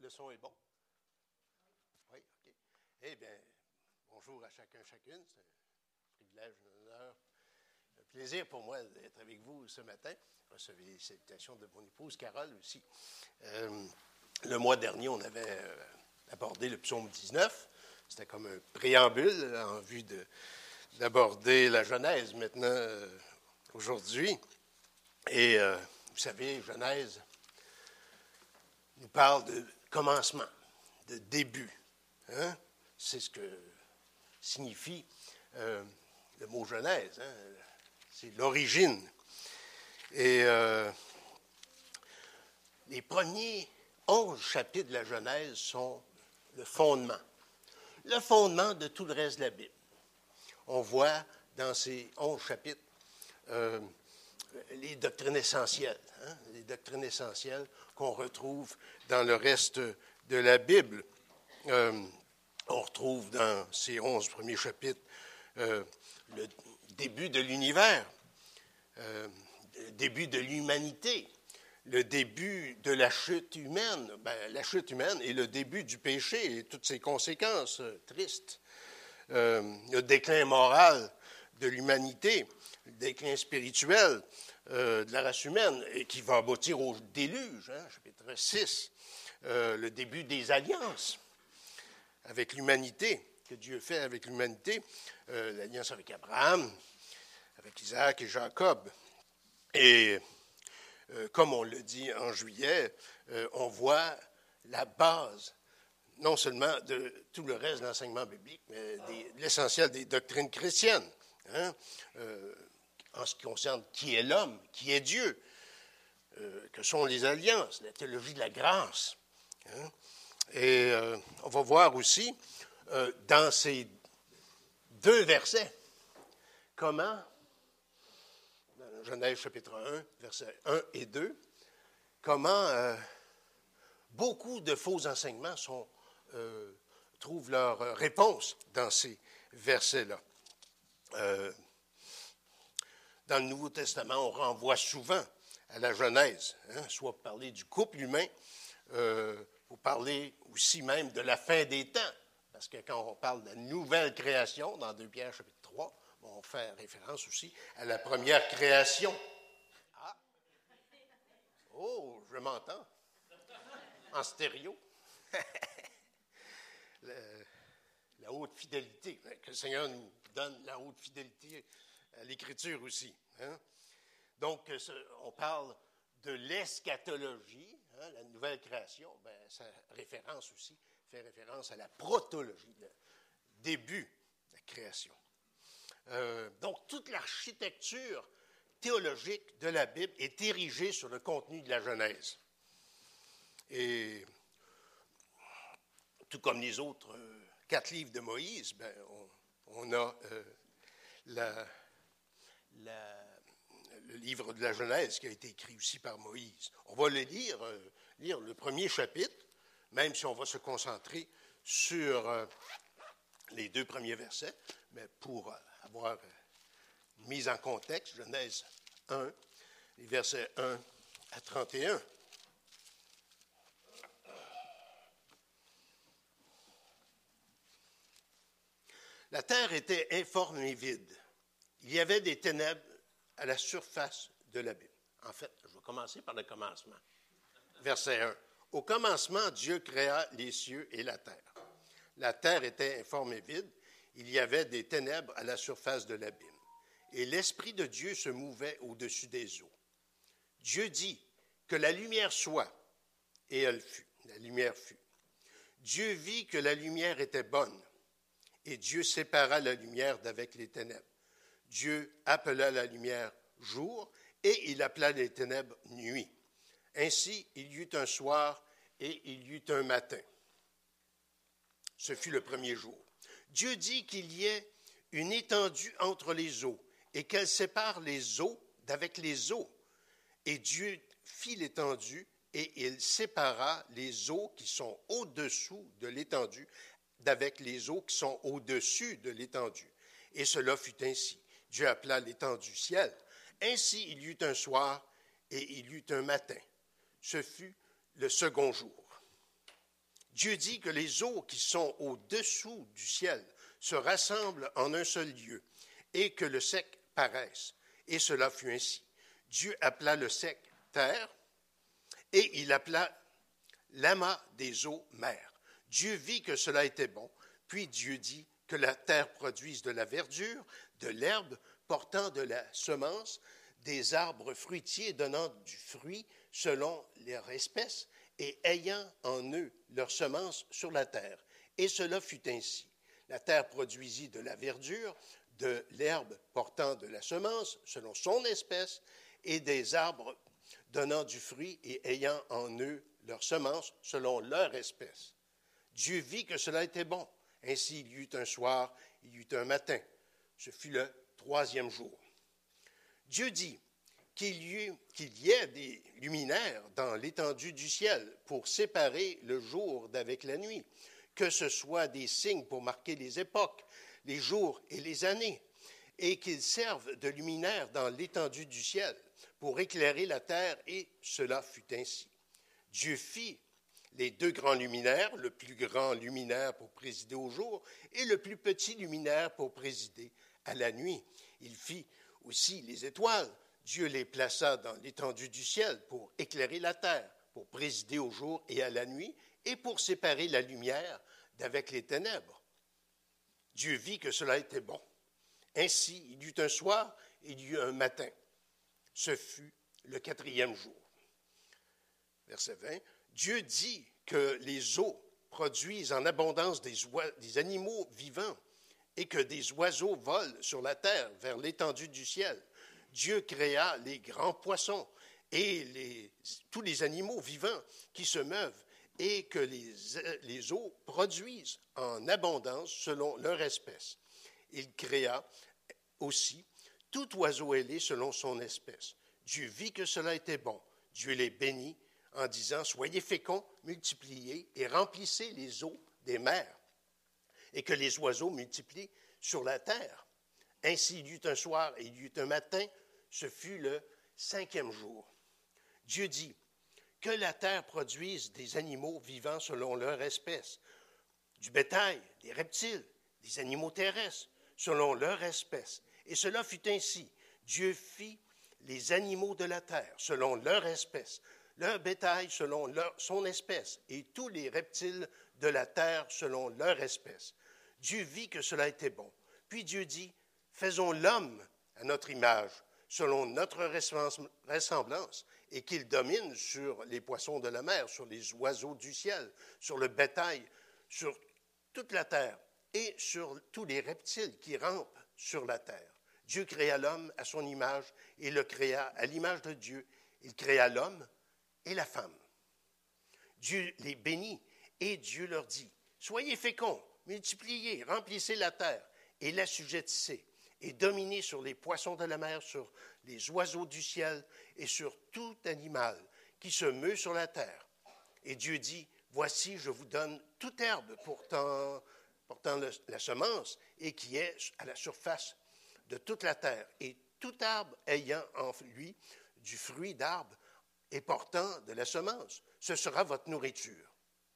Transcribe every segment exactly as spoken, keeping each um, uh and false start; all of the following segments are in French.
le son est bon? Oui, OK. Eh bien, bonjour à chacun, chacune. C'est un privilège, un honneur, un plaisir pour moi d'être avec vous ce matin. Recevez les salutations de mon épouse Carole aussi. Euh, le mois dernier, on avait euh, abordé le psaume dix-neuf. C'était comme un préambule en vue de, d'aborder la Genèse maintenant, euh, aujourd'hui. Et euh, vous savez, Genèse nous parle de commencement, de début. Hein? C'est ce que signifie euh, le mot Genèse. Hein? C'est l'origine. Et euh, les premiers onze chapitres de la Genèse sont le fondement. Le fondement de tout le reste de la Bible. On voit dans ces onze chapitres euh, les doctrines essentielles, hein? les doctrines essentielles qu'on retrouve dans le reste de la Bible. Euh, on retrouve dans ces onze premiers chapitres euh, le début de l'univers, euh, le début de l'humanité, le début de la chute humaine. Ben, la chute humaine est le début du péché et toutes ses conséquences euh, tristes. Euh, le déclin moral de l'humanité, le déclin spirituel euh, de la race humaine, et qui va aboutir au déluge, hein, chapitre six, euh, le début des alliances avec l'humanité, que Dieu fait avec l'humanité, euh, l'alliance avec Abraham, avec Isaac et Jacob. Et euh, comme on le dit en juillet, euh, on voit la base non seulement de tout le reste de l'enseignement biblique, mais des, l'essentiel des doctrines chrétiennes, hein, euh, en ce qui concerne qui est l'homme, qui est Dieu, euh, que sont les alliances, la théologie de la grâce. Hein. Et euh, on va voir aussi, euh, dans ces deux versets, comment, dans Genèse chapitre un, versets un et deux, comment euh, beaucoup de faux enseignements sont Euh, trouvent leur réponse dans ces versets-là. Euh, dans le Nouveau Testament, on renvoie souvent à la Genèse, hein, soit pour parler du couple humain, euh, pour parler aussi même de la fin des temps, parce que quand on parle de la nouvelle création, dans deux Pierre chapitre trois, on fait référence aussi à la première création. Ah! Oh, je m'entends. En stéréo. La, la haute fidélité, que le Seigneur nous donne la haute fidélité à l'Écriture aussi. Hein? Donc, on parle de l'eschatologie, hein, la nouvelle création, bien, ça référence aussi, fait référence à la protologie, le début de la création. Euh, donc, toute l'architecture théologique de la Bible est érigée sur le contenu de la Genèse. Et tout comme les autres euh, quatre livres de Moïse, ben, on, on a euh, la, la, le livre de la Genèse qui a été écrit aussi par Moïse. On va le lire, euh, lire le premier chapitre, même si on va se concentrer sur euh, les deux premiers versets, mais pour euh, avoir euh, mis en contexte, Genèse un, les versets un à trente et un. La terre était informe et vide. Il y avait des ténèbres à la surface de la Bible. En fait, je vais commencer par le commencement. Verset un. Au commencement, Dieu créa les cieux et la terre. La terre était informe et vide. Il y avait des ténèbres à la surface de l'abîme. Et l'Esprit de Dieu se mouvait au-dessus des eaux. Dieu dit que la lumière soit, et elle fut. La lumière fut. Dieu vit que la lumière était bonne. Et Dieu sépara la lumière d'avec les ténèbres. Dieu appela la lumière jour, et il appela les ténèbres nuit. Ainsi, il y eut un soir, et il y eut un matin. Ce fut le premier jour. Dieu dit qu'il y ait une étendue entre les eaux, et qu'elle sépare les eaux d'avec les eaux. Et Dieu fit l'étendue, et il sépara les eaux qui sont au-dessous de l'étendue d'avec les eaux qui sont au-dessus de l'étendue. Et cela fut ainsi. Dieu appela l'étendue ciel. Ainsi il y eut un soir et il y eut un matin. Ce fut le second jour. Dieu dit que les eaux qui sont au-dessous du ciel se rassemblent en un seul lieu et que le sec paraisse. Et cela fut ainsi. Dieu appela le sec terre et il appela l'amas des eaux mer. Dieu vit que cela était bon, puis Dieu dit que la terre produise de la verdure, de l'herbe portant de la semence, des arbres fruitiers donnant du fruit selon leur espèce et ayant en eux leur semence sur la terre. Et cela fut ainsi. La terre produisit de la verdure, de l'herbe portant de la semence selon son espèce et des arbres donnant du fruit et ayant en eux leur semence selon leur espèce. Dieu vit que cela était bon. Ainsi il y eut un soir, il y eut un matin. Ce fut le troisième jour. Dieu dit qu'il y ait, qu'il y ait des luminaires dans l'étendue du ciel pour séparer le jour d'avec la nuit, que ce soit des signes pour marquer les époques, les jours et les années, et qu'ils servent de luminaires dans l'étendue du ciel pour éclairer la terre, et cela fut ainsi. Dieu fit les deux grands luminaires, le plus grand luminaire pour présider au jour et le plus petit luminaire pour présider à la nuit. Il fit aussi les étoiles. Dieu les plaça dans l'étendue du ciel pour éclairer la terre, pour présider au jour et à la nuit, et pour séparer la lumière d'avec les ténèbres. Dieu vit que cela était bon. Ainsi, il y eut un soir et il y eut un matin. Ce fut le quatrième jour. Verset vingt. Dieu dit que les eaux produisent en abondance des, oies, des animaux vivants et que des oiseaux volent sur la terre vers l'étendue du ciel. Dieu créa les grands poissons et les, tous les animaux vivants qui se meuvent et que les, les eaux produisent en abondance selon leur espèce. Il créa aussi tout oiseau ailé selon son espèce. Dieu vit que cela était bon. Dieu les bénit en disant « Soyez féconds, multipliez et remplissez les eaux des mers, et que les oiseaux multiplient sur la terre. » Ainsi, il y eut un soir et il y eut un matin, ce fut le cinquième jour. Dieu dit « Que la terre produise des animaux vivants selon leur espèce, du bétail, des reptiles, des animaux terrestres, selon leur espèce. » Et cela fut ainsi. Dieu fit les animaux de la terre selon leur espèce, leur bétail selon leur, son espèce, et tous les reptiles de la terre selon leur espèce. Dieu vit que cela était bon. Puis Dieu dit, faisons l'homme à notre image, selon notre ressemblance, et qu'il domine sur les poissons de la mer, sur les oiseaux du ciel, sur le bétail, sur toute la terre, et sur tous les reptiles qui rampent sur la terre. Dieu créa l'homme à son image, et le créa à l'image de Dieu. Il créa l'homme et la femme. Dieu les bénit, et Dieu leur dit, soyez féconds, multipliez, remplissez la terre, et l'assujettissez, et dominez sur les poissons de la mer, sur les oiseaux du ciel, et sur tout animal qui se meut sur la terre. Et Dieu dit, voici, je vous donne toute herbe portant, portant le, la semence, et qui est à la surface de toute la terre, et tout arbre ayant en lui du fruit d'arbre, et portant de la semence, ce sera votre nourriture.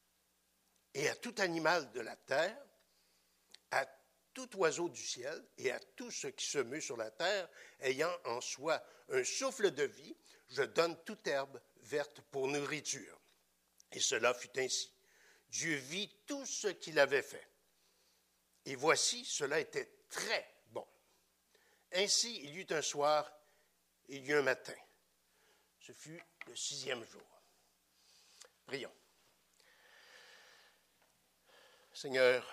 Et à tout animal de la terre, à tout oiseau du ciel, et à tout ce qui se meut sur la terre, ayant en soi un souffle de vie, je donne toute herbe verte pour nourriture. Et cela fut ainsi. Dieu vit tout ce qu'il avait fait. Et voici, cela était très bon. Ainsi, il y eut un soir, et il y eut un matin. Ce fut le sixième jour. Prions. Seigneur,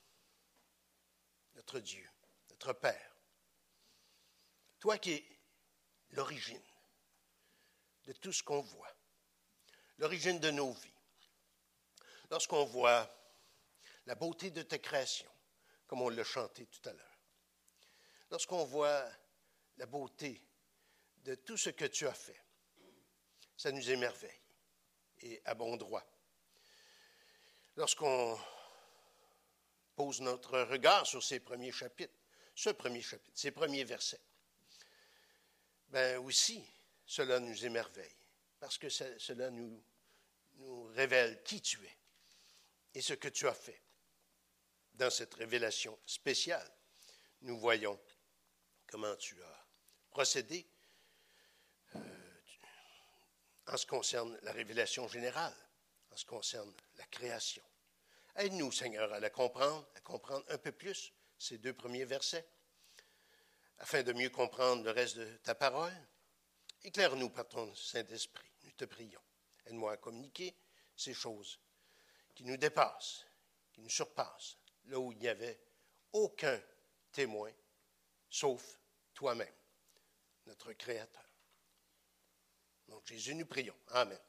notre Dieu, notre Père, toi qui es l'origine de tout ce qu'on voit, l'origine de nos vies, lorsqu'on voit la beauté de ta création, comme on l'a chanté tout à l'heure, lorsqu'on voit la beauté de tout ce que tu as fait, ça nous émerveille, et à bon droit. Lorsqu'on pose notre regard sur ces premiers chapitres, ce premier chapitre, ces premiers versets, bien aussi, cela nous émerveille, parce que ça, cela nous, nous révèle qui tu es, et ce que tu as fait. Dans cette révélation spéciale, nous voyons comment tu as procédé euh, en ce qui concerne la révélation générale, en ce qui concerne la création. Aide-nous, Seigneur, à la comprendre, à comprendre un peu plus ces deux premiers versets, afin de mieux comprendre le reste de ta parole. Éclaire-nous par ton Saint-Esprit, nous te prions. Aide-moi à communiquer ces choses qui nous dépassent, qui nous surpassent, là où il n'y avait aucun témoin, sauf toi-même, notre Créateur. Donc, Jésus, nous prions. Amen.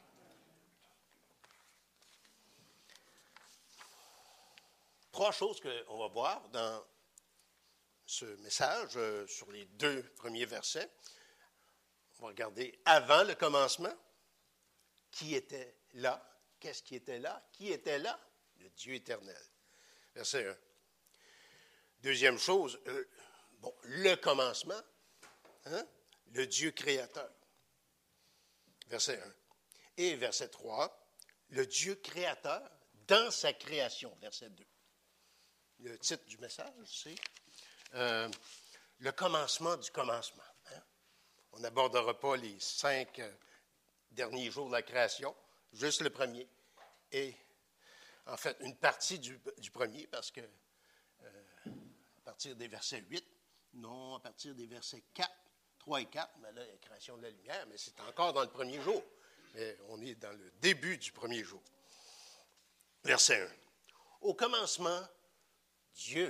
Trois choses qu'on va voir dans ce message euh, sur les deux premiers versets. On va regarder avant le commencement, qui était là, qu'est-ce qui était là, qui était là, le Dieu éternel. Verset un. Deuxième chose, euh, bon, le commencement, hein, le Dieu créateur. Verset un. Et verset trois, le Dieu créateur dans sa création. Verset deux. Le titre du message, c'est euh, le commencement du commencement. Hein? On n'abordera pas les cinq euh, derniers jours de la création, juste le premier. Et en fait, une partie du, du premier, parce que euh, à partir des versets huit, non, à partir des versets quatre, trois et quatre, mais là, il y a la création de la lumière, mais c'est encore dans le premier jour. Mais on est dans le début du premier jour. Verset un. Au commencement, Dieu.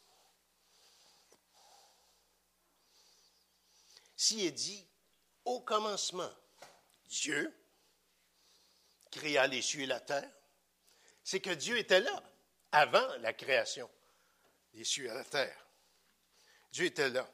S'il est dit, au commencement, Dieu créa les cieux et la terre, c'est que Dieu était là, avant la création des cieux et la terre. Dieu était là.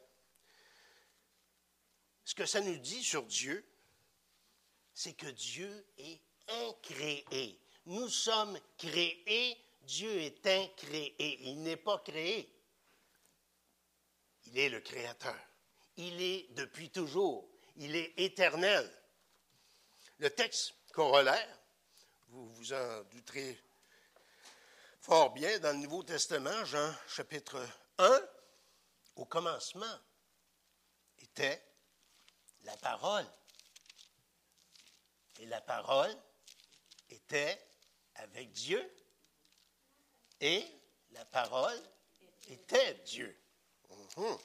Ce que ça nous dit sur Dieu, c'est que Dieu est incréé. Nous sommes créés, Dieu est incréé. Il n'est pas créé. Il est le Créateur. Il est depuis toujours. Il est éternel. Le texte corollaire, vous vous en douterez fort bien, dans le Nouveau Testament, Jean chapitre un, au commencement était la parole. Et la parole était avec Dieu. Et la parole était Dieu. Mm-hmm.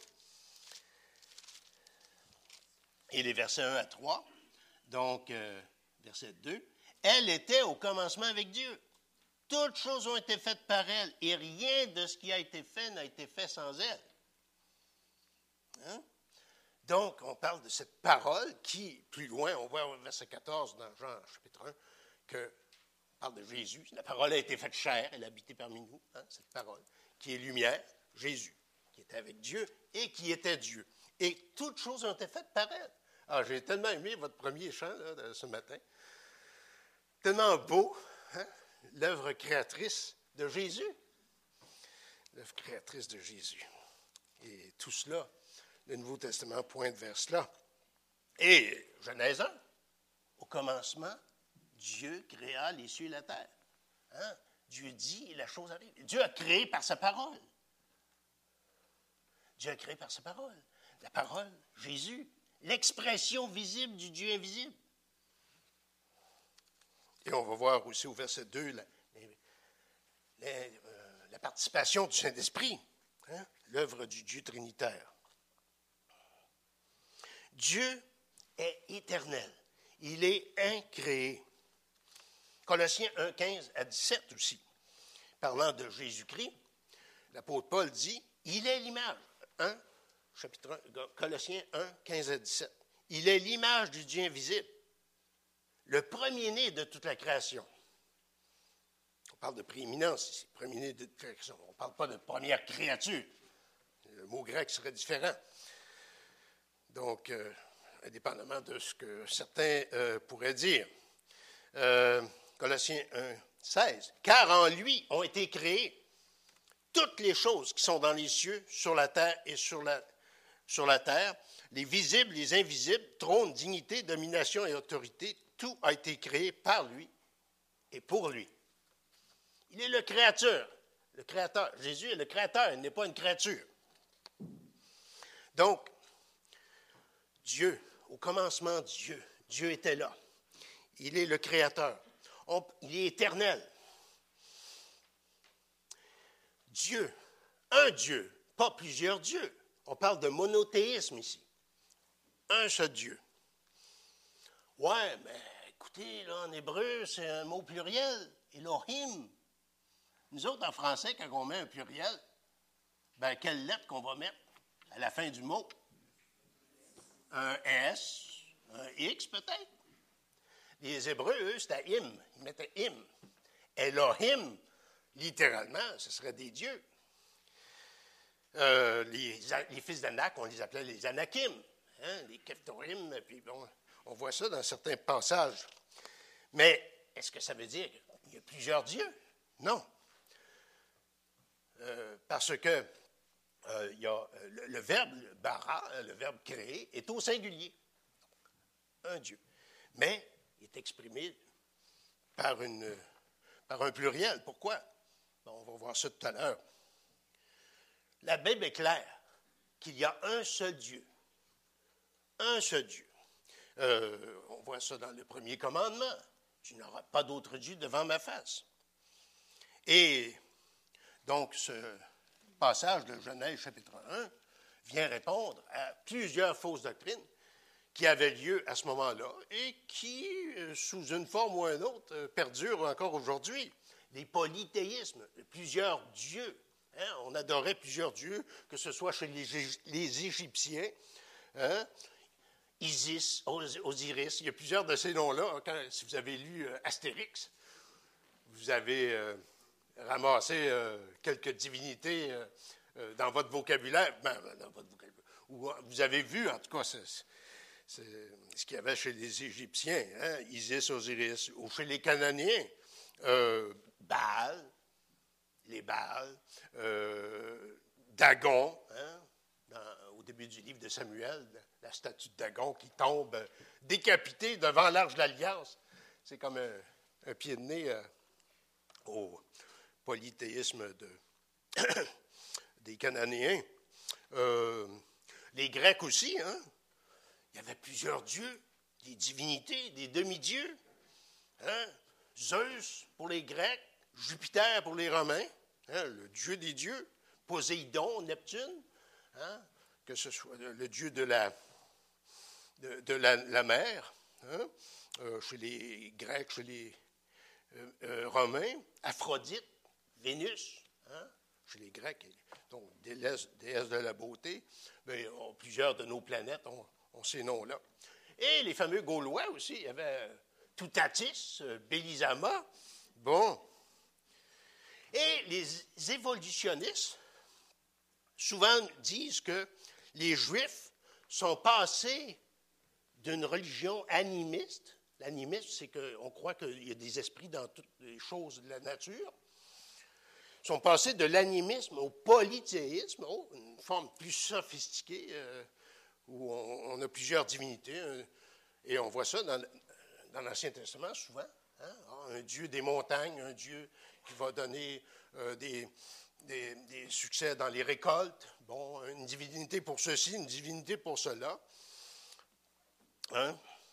Et les versets un à trois, donc euh, verset deux, elle était au commencement avec Dieu. Toutes choses ont été faites par elle, et rien de ce qui a été fait n'a été fait sans elle. Hein? Donc, on parle de cette parole qui, plus loin, on voit au verset quatorze dans Jean chapitre un, que parle de Jésus. La parole a été faite chair, elle a habité parmi nous, hein, cette parole, qui est lumière, Jésus, qui était avec Dieu et qui était Dieu. Et toutes choses ont été faites par elle. Ah, j'ai tellement aimé votre premier chant là, ce matin. Tellement beau, hein, l'œuvre créatrice de Jésus. L'œuvre créatrice de Jésus. Et tout cela, le Nouveau Testament pointe vers cela. Et Genèse un, au commencement, Dieu créa les cieux et la terre. Hein? Dieu dit et la chose arrive. Dieu a créé par sa parole. Dieu a créé par sa parole. La parole, Jésus, l'expression visible du Dieu invisible. Et on va voir aussi au verset deux la, la, la, euh, la participation du Saint-Esprit, hein? L'œuvre du Dieu trinitaire. Dieu est éternel. Il est incréé. Colossiens un, quinze à dix-sept aussi. Parlant de Jésus-Christ, l'apôtre Paul dit, il est l'image. un, chapitre un, Colossiens un, quinze à dix-sept. Il est l'image du Dieu invisible, le premier-né de toute la création. On parle de prééminence ici, premier-né de toute la création. On ne parle pas de première créature. Le mot grec serait différent. Donc, euh, indépendamment de ce que certains euh, pourraient dire. Euh, Colossiens un, seize. Car en lui ont été créées toutes les choses qui sont dans les cieux, sur la terre et sur la, sur la terre, les visibles, les invisibles, trône, dignité, domination et autorité, tout a été créé par lui et pour lui. Il est le créateur. Le créateur. Jésus est le créateur, il n'est pas une créature. Donc, Dieu, au commencement, Dieu, Dieu était là. Il est le créateur. On, il est éternel. Dieu, un Dieu, pas plusieurs dieux. On parle de monothéisme ici. Un seul Dieu. Ouais, mais écoutez, là, en hébreu, c'est un mot pluriel, Elohim. Nous autres, en français, quand on met un pluriel, ben, quelle lettre qu'on va mettre à la fin du mot? Un S, un X peut-être. Les Hébreux, eux, c'était im. Ils mettaient im. Elohim, littéralement, ce serait des dieux. Euh, les, les fils d'Anak, on les appelait les Anakim, hein, les Kephtorim, puis bon, on voit ça dans certains passages. Mais est-ce que ça veut dire qu'il y a plusieurs dieux? Non. Euh, parce que euh, il y a le, le verbe bara, le verbe créer, est au singulier. Un Dieu. Mais il est exprimé par, une, par un pluriel. Pourquoi? Bon, on va voir ça tout à l'heure. La Bible est claire qu'il y a un seul Dieu. Un seul Dieu. Euh, on voit ça dans le premier commandement. Tu n'auras pas d'autre Dieu devant ma face. Et donc, ce passage de Genèse chapitre un vient répondre à plusieurs fausses doctrines qui avaient lieu à ce moment-là et qui, sous une forme ou une autre, perdurent encore aujourd'hui. Les polythéismes, plusieurs dieux. Hein, on adorait plusieurs dieux, que ce soit chez les, les Égyptiens, hein, Isis, Osiris, il y a plusieurs de ces noms-là. Quand, si vous avez lu euh, Astérix, vous avez euh, ramassé euh, quelques divinités euh, euh, dans votre vocabulaire, ben, dans votre vocabulaire, ou vous avez vu, en tout cas, c'est, c'est ce qu'il y avait chez les Égyptiens, hein, Isis, Osiris, ou chez les Cananéens, euh, Baal, les Baals, euh, Dagon, hein, dans, au début du livre de Samuel, la statue de Dagon qui tombe euh, décapitée devant l'Arche de l'Alliance. C'est comme un, un pied de nez euh, au polythéisme de, des Cananéens. Euh, les Grecs aussi, hein, il y avait plusieurs dieux, des divinités, des demi-dieux. Hein, Zeus pour les Grecs, Jupiter pour les Romains, hein, le dieu des dieux, Poséidon, Neptune, hein, que ce soit le, le dieu de la, de, de la, la mer, hein, euh, chez les Grecs, chez les euh, euh, Romains, Aphrodite, Vénus, hein, chez les Grecs, donc déesse, déesse de la beauté. Bien, on, plusieurs de nos planètes ont, ont ces noms-là. Et les fameux Gaulois aussi, il y avait Toutatis, Bélisama, bon. Et les évolutionnistes souvent disent que les Juifs sont passés d'une religion animiste. L'animisme, c'est qu'on croit qu'il y a des esprits dans toutes les choses de la nature. Ils sont passés de l'animisme au polythéisme, oh, une forme plus sophistiquée, euh, où on, on a plusieurs divinités. Euh, et on voit ça dans, dans l'Ancien Testament souvent. Hein? Un dieu des montagnes, un dieu qui va donner euh, des, des, des succès dans les récoltes. Bon, une divinité pour ceci, une divinité pour cela. Hein?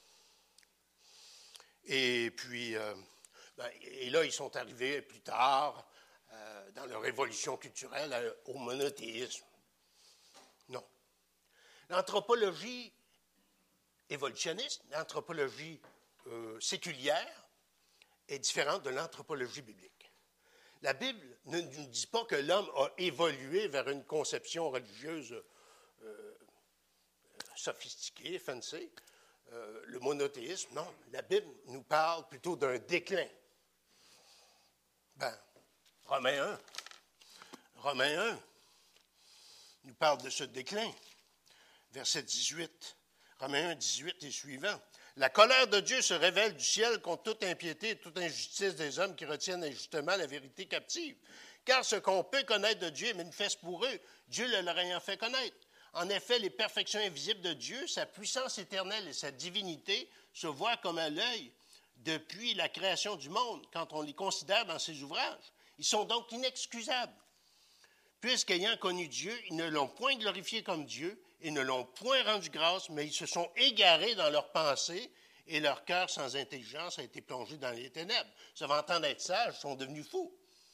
Et puis, euh, ben, et là, ils sont arrivés plus tard, euh, dans leur évolution culturelle, à, au monothéisme. Non. L'anthropologie évolutionniste, l'anthropologie euh, séculière, est différente de l'anthropologie biblique. La Bible ne nous dit pas que l'homme a évolué vers une conception religieuse euh, sophistiquée, fancy. Euh, le monothéisme, non. La Bible nous parle plutôt d'un déclin. Ben, Romains un. Romains un nous parle de ce déclin. Verset dix-huit. Romains un, dix-huit et suivant. La colère de Dieu se révèle du ciel contre toute impiété et toute injustice des hommes qui retiennent injustement la vérité captive. Car ce qu'on peut connaître de Dieu est manifeste pour eux, Dieu le leur ayant fait connaître. En effet, les perfections invisibles de Dieu, sa puissance éternelle et sa divinité se voient comme à l'œil depuis la création du monde, quand on les considère dans ses ouvrages. Ils sont donc inexcusables. Puisqu'ayant connu Dieu, ils ne l'ont point glorifié comme Dieu et ne l'ont point rendu grâce, mais ils se sont égarés dans leurs pensées et leur cœur sans intelligence a été plongé dans les ténèbres. Se vantant d'être sages, ils sont devenus fous.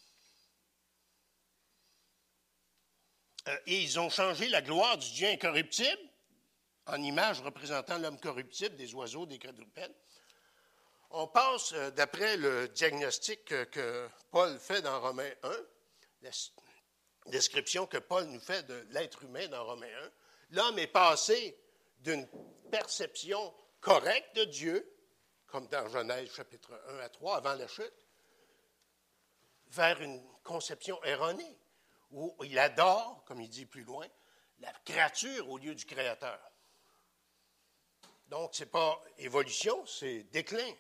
Euh, et ils ont changé la gloire du Dieu incorruptible en image représentant l'homme corruptible, des oiseaux, des quadrupèdes. On passe, euh, d'après le diagnostic que, que Paul fait dans Romains un, la description que Paul nous fait de l'être humain dans Romains un, l'homme est passé d'une perception correcte de Dieu, comme dans Genèse chapitre un à trois, avant la chute, vers une conception erronée, où il adore, comme il dit plus loin, la créature au lieu du Créateur. Donc, ce n'est pas évolution, c'est déclin.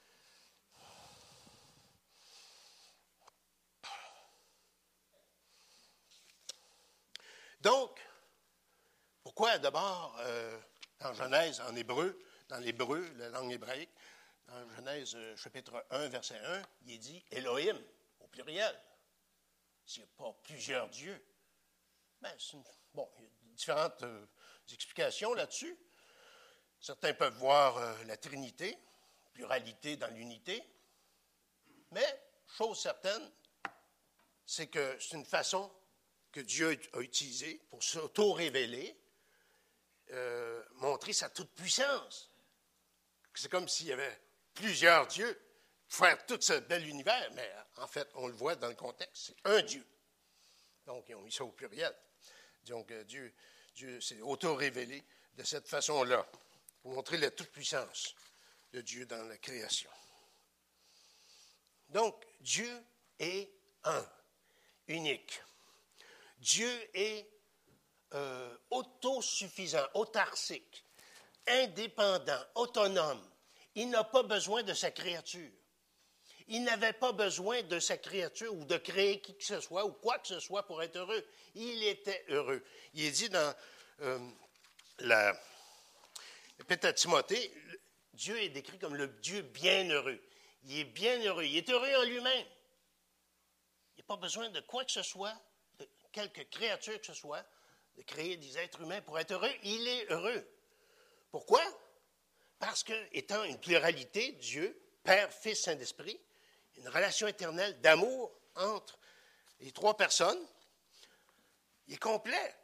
Donc, pourquoi d'abord, euh, dans Genèse, en hébreu, dans l'hébreu, la langue hébraïque, dans Genèse euh, chapitre un, verset un, il est dit Elohim, au pluriel. S'il n'y a pas plusieurs dieux. Ben, c'est une, bon, il y a différentes euh, explications là-dessus. Certains peuvent voir euh, la Trinité, pluralité dans l'unité. Mais, chose certaine, c'est que c'est une façon que Dieu a utilisée pour s'auto-révéler, euh, montrer sa toute-puissance. C'est comme s'il y avait plusieurs dieux pour faire tout ce bel univers, mais en fait, on le voit dans le contexte, c'est un Dieu. Donc, ils ont mis ça au pluriel. Donc, Dieu, Dieu s'est auto-révélé de cette façon-là, pour montrer la toute-puissance de Dieu dans la création. Donc, Dieu est un, unique. Dieu est euh, autosuffisant, autarcique, indépendant, autonome. Il n'a pas besoin de sa créature. Il n'avait pas besoin de sa créature ou de créer qui que ce soit ou quoi que ce soit pour être heureux. Il était heureux. Il est dit dans euh, la l'Épître à Timothée, Dieu est décrit comme le Dieu bienheureux. Il est bienheureux. Il est heureux en lui-même. Il n'a pas besoin de quoi que ce soit, de quelque créature que ce soit, de créer des êtres humains pour être heureux. Il est heureux. Pourquoi? Parce que, étant une pluralité, Dieu, Père, Fils, Saint-Esprit, une relation éternelle d'amour entre les trois personnes, il est complet.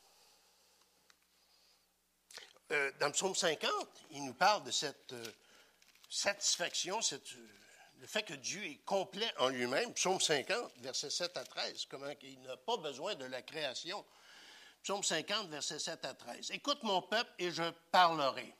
Euh, dans le psaume cinquante, il nous parle de cette euh, satisfaction, cette, euh, le fait que Dieu est complet en lui-même. Psaume cinquante, versets sept à treize, comment il n'a pas besoin de la création. Psaume cinquante, versets sept à treize. « Écoute mon peuple et je parlerai.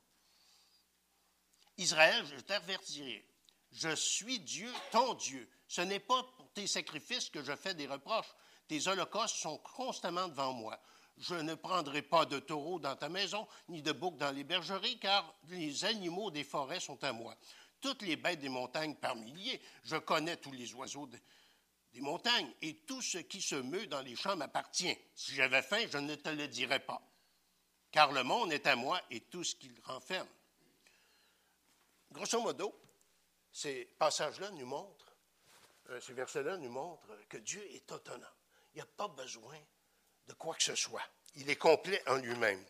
Israël, je t'avertirai. Je suis Dieu, ton Dieu. Ce n'est pas pour tes sacrifices que je fais des reproches. Tes holocaustes sont constamment devant moi. Je ne prendrai pas de taureau dans ta maison, ni de bouc dans les bergeries, car les animaux des forêts sont à moi. Toutes les bêtes des montagnes par milliers, je connais tous les oiseaux de, des montagnes, et tout ce qui se meut dans les champs m'appartient. Si j'avais faim, je ne te le dirais pas, car le monde est à moi et tout ce qu'il renferme. » Grosso modo, ces passages-là nous montrent, euh, ces versets-là nous montrent que Dieu est autonome. Il n'y a pas besoin de quoi que ce soit. Il est complet en lui-même.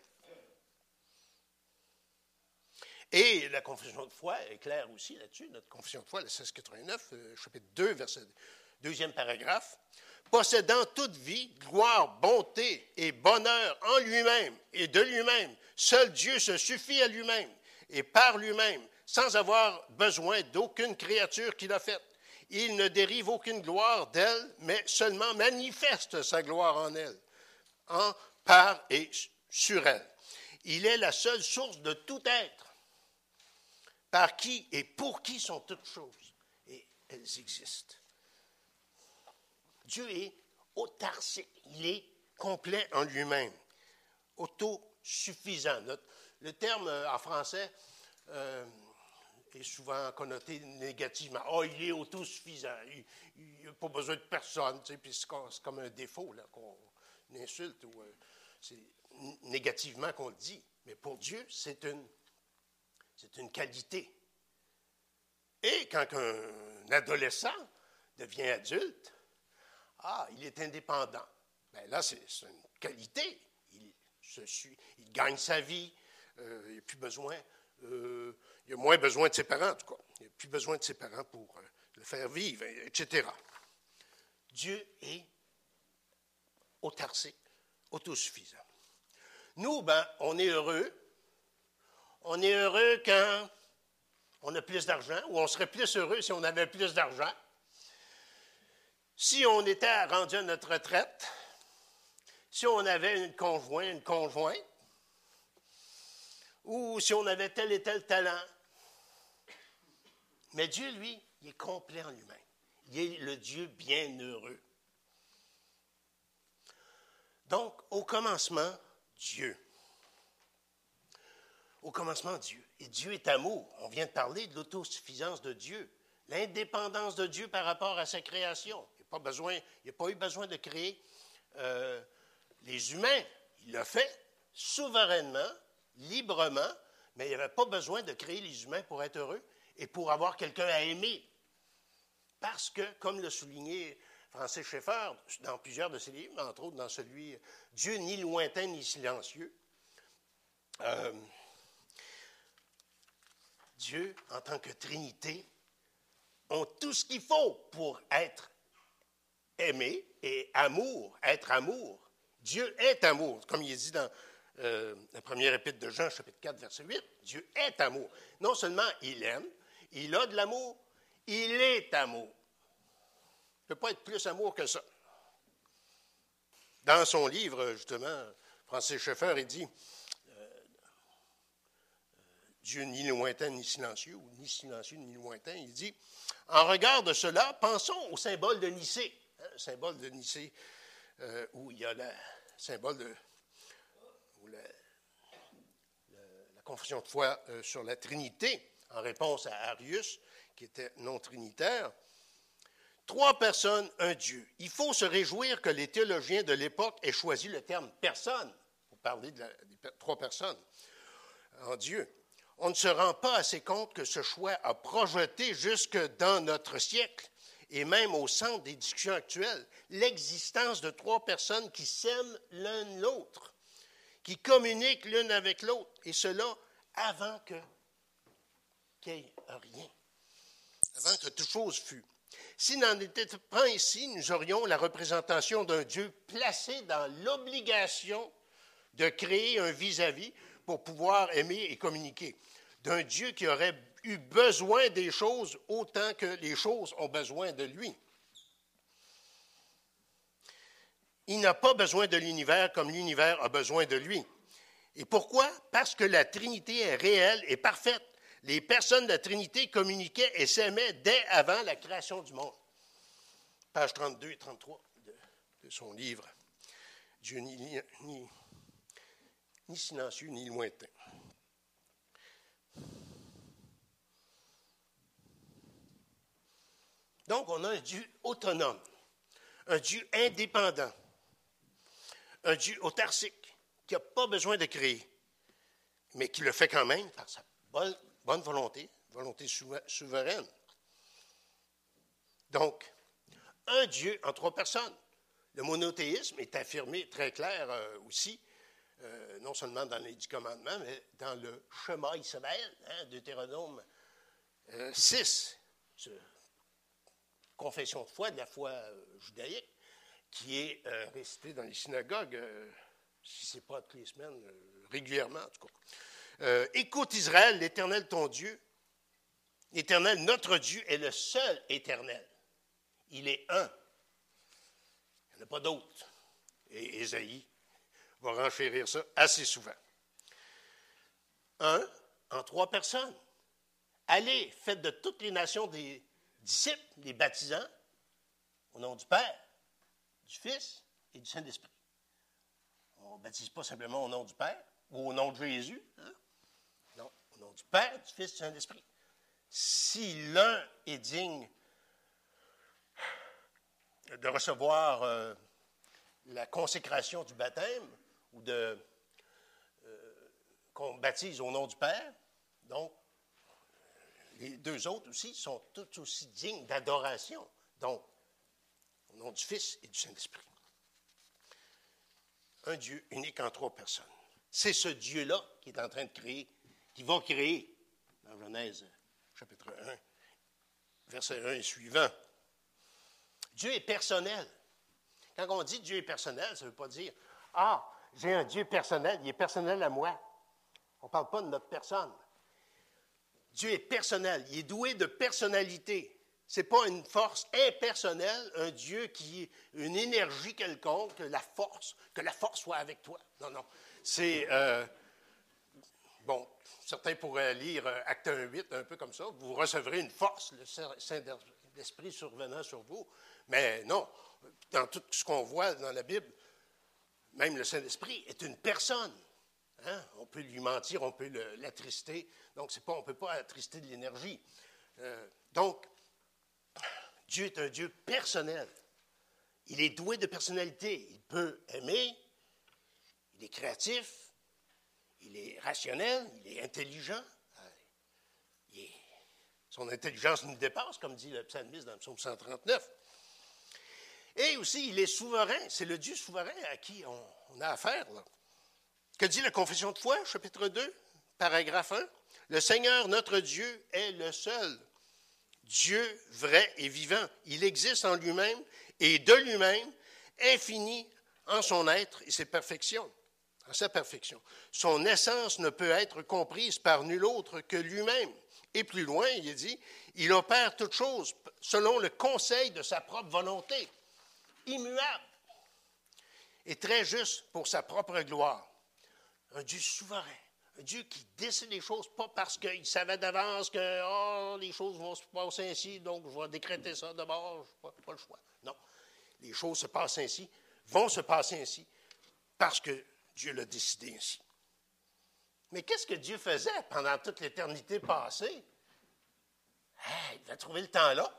Et la confession de foi est claire aussi là-dessus. Notre confession de foi, le seize quatre-vingt-neuf, chapitre deux, verset deuxième paragraphe. Possédant toute vie, gloire, bonté et bonheur en lui-même et de lui-même, seul Dieu se suffit à lui-même et par lui-même, sans avoir besoin d'aucune créature qu'il a faite. Il ne dérive aucune gloire d'elle, mais seulement manifeste sa gloire en elle, en, par et sur elle. Il est la seule source de tout être, par qui et pour qui sont toutes choses, et elles existent. Dieu est autarcique, il est complet en lui-même, autosuffisant. Notre, le terme en français euh, est souvent connoté négativement. « Ah, oh, il est autosuffisant, il n'a pas besoin de personne. » Tu sais, puis c'est comme un défaut là, qu'on insulte, ou euh, c'est négativement qu'on le dit. Mais pour Dieu, c'est une, c'est une qualité. Et quand un adolescent devient adulte, ah, il est indépendant. Bien là, c'est, c'est une qualité. Il, se suit, il gagne sa vie, euh, il n'a plus besoin, euh, il a moins besoin de ses parents, en tout cas. Il n'a plus besoin de ses parents pour euh, le faire vivre, et cetera. Dieu est autarcique, autosuffisant. Nous, ben, on est heureux. On est heureux quand on a plus d'argent, ou on serait plus heureux si on avait plus d'argent. Si on était rendu à notre retraite, si on avait une conjointe, une conjointe, ou si on avait tel et tel talent. Mais Dieu, lui, il est complet en lui-même. Il est le Dieu bienheureux. Donc, au commencement, Dieu. Au commencement, Dieu. Et Dieu est amour. On vient de parler de l'autosuffisance de Dieu, l'indépendance de Dieu par rapport à sa création. Il n'a pas besoin, il n'a pas eu besoin de créer euh, les humains. Il l'a fait souverainement, librement, mais il n'y avait pas besoin de créer les humains pour être heureux et pour avoir quelqu'un à aimer. Parce que, comme l'a souligné Francis Schaeffer dans plusieurs de ses livres, entre autres dans celui « Dieu ni lointain ni silencieux euh, », Dieu, en tant que Trinité, ont tout ce qu'il faut pour être aimé et amour, être amour. Dieu est amour, comme il est dit dans euh, la première épître de Jean, chapitre quatre, verset huit. Dieu est amour. Non seulement il aime, il a de l'amour, il est amour. Il ne peut pas être plus amour que ça. Dans son livre, justement, Francis Schaeffer, il dit euh, Dieu ni lointain ni silencieux, ou ni silencieux ni lointain. Il dit en regard de cela, pensons au symbole de Nicée. Hein, le symbole de Nicée, euh, où il y a le symbole de. Où la, la, la confession de foi euh, sur la Trinité, en réponse à Arius, qui était non trinitaire. Trois personnes, un Dieu. Il faut se réjouir que les théologiens de l'époque aient choisi le terme « personne » pour parler de la, des trois personnes en Dieu. On ne se rend pas assez compte que ce choix a projeté jusque dans notre siècle et même au centre des discussions actuelles l'existence de trois personnes qui s'aiment l'un l'autre, qui communiquent l'une avec l'autre, et cela avant que qu'il n'y ait rien, avant que toute chose fût. S'il n'en était pas ainsi, nous aurions la représentation d'un Dieu placé dans l'obligation de créer un vis-à-vis pour pouvoir aimer et communiquer. D'un Dieu qui aurait eu besoin des choses autant que les choses ont besoin de lui. Il n'a pas besoin de l'univers comme l'univers a besoin de lui. Et pourquoi? Parce que la Trinité est réelle et parfaite. Les personnes de la Trinité communiquaient et s'aimaient dès avant la création du monde. Page trente-deux et trente-trois de, de son livre. Dieu ni, ni, ni silencieux ni lointain. Donc, on a un Dieu autonome, un Dieu indépendant, un Dieu autarcique, qui n'a pas besoin de créer, mais qui le fait quand même par sa bonne, bonne volonté, volonté souveraine. Donc, un Dieu en trois personnes. Le monothéisme est affirmé très clair euh, aussi, euh, non seulement dans les dix commandements, mais dans le Shema Israël, hein, Deutéronome euh, six, ce, confession de foi, de la foi euh, judaïque, qui est euh, récitée dans les synagogues, euh, si ce n'est pas toutes les semaines, euh, régulièrement en tout cas. Euh, Écoute Israël, l'Éternel ton Dieu, l'Éternel notre Dieu est le seul éternel. Il est un. Il n'y en a pas d'autre. Et Ésaïe va renchérir ça assez souvent. Un, en trois personnes. Allez, faites de toutes les nations des disciples, les baptisants, au nom du Père, du Fils et du Saint-Esprit. On ne baptise pas simplement au nom du Père ou au nom de Jésus. Hein? Non, au nom du Père, du Fils et du Saint-Esprit. Si l'un est digne de recevoir euh, la consécration du baptême ou de euh, qu'on baptise au nom du Père, donc les deux autres aussi sont tous aussi dignes d'adoration, Donc, au nom du Fils et du Saint-Esprit. Un Dieu unique en trois personnes. C'est ce Dieu-là qui est en train de créer, qui va créer, dans Genèse chapitre un, verset un et suivant. Dieu est personnel. Quand on dit Dieu est personnel, ça ne veut pas dire « Ah, j'ai un Dieu personnel, il est personnel à moi. » On ne parle pas de notre personne. Dieu est personnel, il est doué de personnalité. Ce n'est pas une force impersonnelle, un Dieu qui est une énergie quelconque, que la force, que la force soit avec toi. Non, non. C'est, euh, bon, certains pourraient lire Acte un huit, un peu comme ça. Vous recevrez une force, le Saint-Esprit survenant sur vous. Mais non, dans tout ce qu'on voit dans la Bible, même le Saint-Esprit est une personne. Hein? On peut lui mentir, on peut le, l'attrister. Donc, c'est pas, on ne peut pas attrister de l'énergie. Euh, donc, Dieu est un Dieu personnel. Il est doué de personnalité. Il peut aimer, il est créatif, il est rationnel, il est intelligent. Il est, son intelligence nous dépasse, comme dit le psalmiste dans le psaume cent trente-neuf. Et aussi, il est souverain. C'est le Dieu souverain à qui on, on a affaire, là. Que dit la Confession de foi, chapitre deux, paragraphe un? Le Seigneur, notre Dieu, est le seul Dieu vrai et vivant. Il existe en lui-même et de lui-même, infini en son être et ses perfections, en sa perfection. Son essence ne peut être comprise par nul autre que lui-même. Et plus loin, il est dit, il opère toutes choses selon le conseil de sa propre volonté, immuable et très juste pour sa propre gloire. Un Dieu souverain. Un Dieu qui décide les choses, pas parce qu'il savait d'avance que oh, les choses vont se passer ainsi, donc je vais décréter ça d'abord, je n'ai pas, pas le choix. Non. Les choses se passent ainsi, vont se passer ainsi, parce que Dieu l'a décidé ainsi. Mais qu'est-ce que Dieu faisait pendant toute l'éternité passée? Hey, il va trouver le temps là.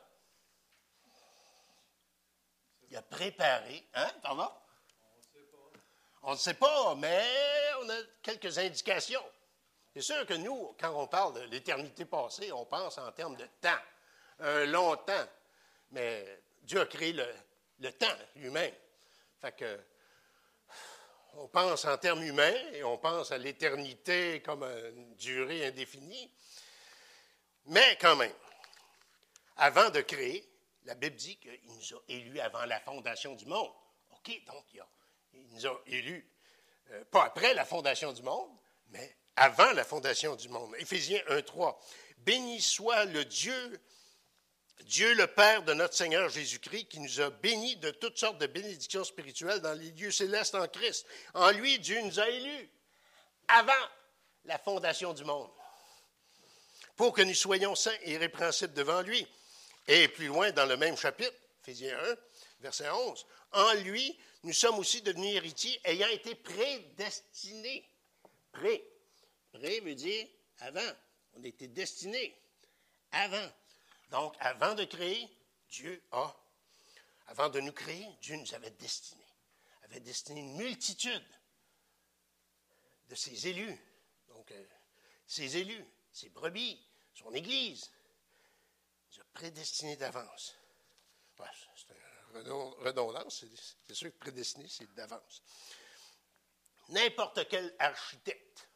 Il a préparé, hein, pardon? On ne sait pas, mais on a quelques indications. C'est sûr que nous, quand on parle de l'éternité passée, on pense en termes de temps, un long temps. Mais Dieu a créé le, le temps lui-même. Fait que, on pense en termes humains et on pense à l'éternité comme une durée indéfinie. Mais quand même, avant de créer, la Bible dit qu'il nous a élus avant la fondation du monde. OK, donc il y a Il nous a élus, euh, pas après la fondation du monde, mais avant la fondation du monde. Éphésiens un trois. Béni soit le Dieu, Dieu le Père de notre Seigneur Jésus-Christ, qui nous a bénis de toutes sortes de bénédictions spirituelles dans les lieux célestes en Christ. En lui, Dieu nous a élus avant la fondation du monde, pour que nous soyons saints et irrépréhensibles devant lui. Et plus loin, dans le même chapitre, Éphésiens un, verset onze, en lui, nous sommes aussi devenus héritiers, ayant été prédestinés. Pré. Pré veut dire avant. On a été destinés avant. Donc, avant de créer, Dieu a, avant de nous créer, Dieu nous avait destinés. Avait destiné une multitude de ses élus. Donc, euh, ses élus, ses brebis, son Église. Il nous a prédestinés d'avance. Ouais, c'est une redondance, c'est, c'est sûr que prédestiné, c'est d'avance. N'importe quel architecte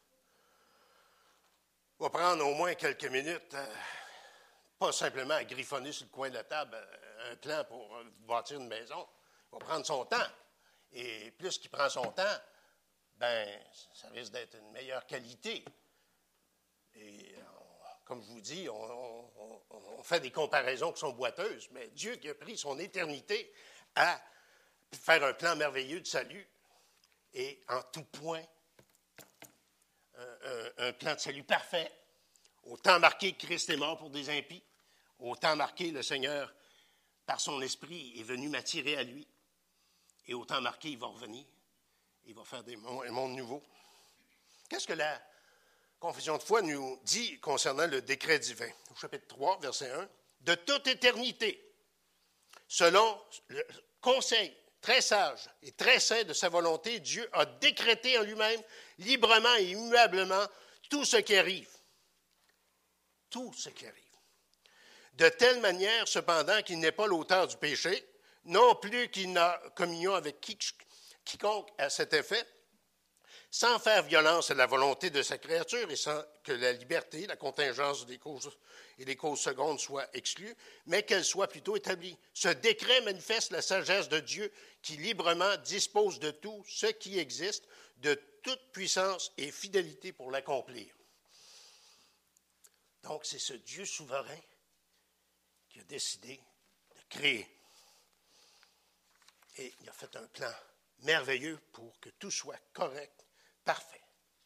va prendre au moins quelques minutes, euh, pas simplement à griffonner sur le coin de la table euh, un plan pour euh, bâtir une maison. Il va prendre son temps. Et plus qu'il prend son temps, ben, ça risque d'être une meilleure qualité. Et on, comme je vous dis, on, on, on fait des comparaisons qui sont boiteuses, mais Dieu qui a pris son éternité à faire un plan merveilleux de salut et en tout point, un, un, un plan de salut parfait. Au temps marqué, Christ est mort pour des impies. Au temps marqué, le Seigneur, par son esprit, est venu m'attirer à lui. Et au temps marqué, il va revenir. Il va faire des mondes, un monde nouveau. Qu'est-ce que la Confession de foi nous dit concernant le décret divin? Au chapitre trois, verset un. De toute éternité, selon le conseil très sage et très saint de sa volonté, Dieu a décrété en lui-même, librement et immuablement, tout ce qui arrive. Tout ce qui arrive. De telle manière, cependant, qu'il n'est pas l'auteur du péché, non plus qu'il n'a communion avec qui, quiconque à cet effet, sans faire violence à la volonté de sa créature et sans que la liberté, la contingence des causes et des causes secondes soient exclues, mais qu'elles soient plutôt établies. Ce décret manifeste la sagesse de Dieu qui librement dispose de tout ce qui existe, de toute puissance et fidélité pour l'accomplir. Donc, c'est ce Dieu souverain qui a décidé de créer. Et il a fait un plan merveilleux pour que tout soit correct, parfait.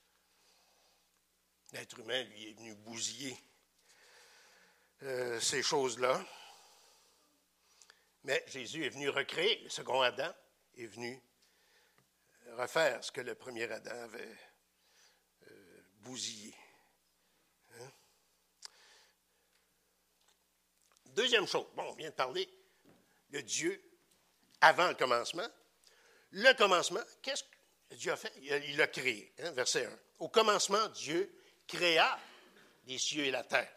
L'être humain, lui, est venu bousiller euh, ces choses-là. Mais Jésus est venu recréer. Le second Adam est venu refaire ce que le premier Adam avait euh, bousillé. Hein? Deuxième chose, bon, on vient de parler de Dieu avant le commencement. Le commencement, qu'est-ce que Dieu a fait? Il a, il a créé, hein, verset un. Au commencement, Dieu créa les cieux et la terre.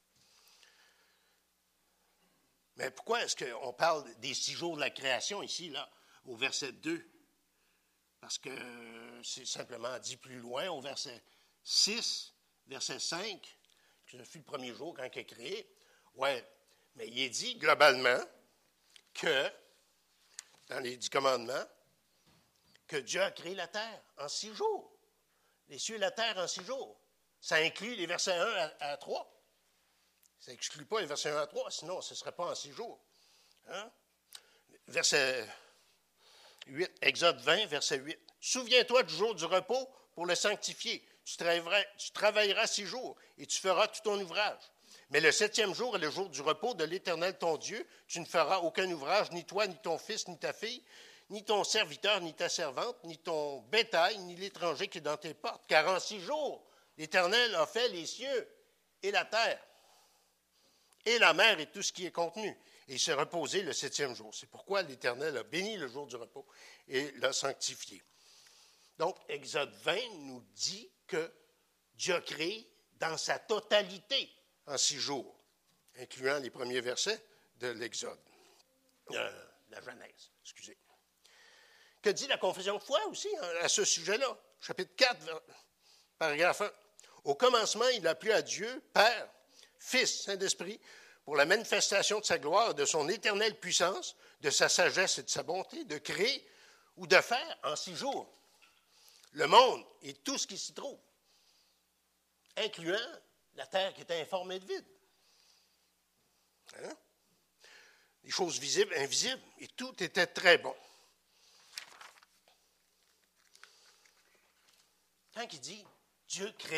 Mais pourquoi est-ce qu'on parle des six jours de la création ici, là, au verset deux? Parce que c'est simplement dit plus loin, au verset six, verset cinq, que ce fut le premier jour quand il a créé. Ouais, mais il est dit globalement que, dans les dix commandements, que Dieu a créé la terre en six jours. Les cieux et la terre en six jours. Ça inclut les versets un à, à trois. Ça n'exclut pas les versets un à trois, sinon ce ne serait pas en six jours. Hein? Verset huit, Exode vingt, verset huit. Souviens-toi du jour du repos pour le sanctifier. Tu travailleras, tu travailleras six jours et tu feras tout ton ouvrage. Mais le septième jour est le jour du repos de l'Éternel ton Dieu. Tu ne feras aucun ouvrage, ni toi, ni ton fils, ni ta fille, ni ton serviteur, ni ta servante, ni ton bétail, ni l'étranger qui est dans tes portes. Car en six jours, l'Éternel a fait les cieux et la terre, et la mer et tout ce qui est contenu. Et il s'est reposé le septième jour. C'est pourquoi l'Éternel a béni le jour du repos et l'a sanctifié. Donc, Exode vingt nous dit que Dieu a créé dans sa totalité en six jours, incluant les premiers versets de l'Exode, euh, la Genèse, excusez. Que dit la confession de foi aussi hein, à ce sujet-là? Chapitre quatre, paragraphe un. Au commencement, il a plu à Dieu, Père, Fils, Saint-Esprit, pour la manifestation de sa gloire, de son éternelle puissance, de sa sagesse et de sa bonté, de créer ou de faire en six jours le monde et tout ce qui s'y trouve, incluant la terre qui était informée de vide. Hein? Les choses visibles, invisibles, et tout était très bon. Quand il dit « Dieu créa »,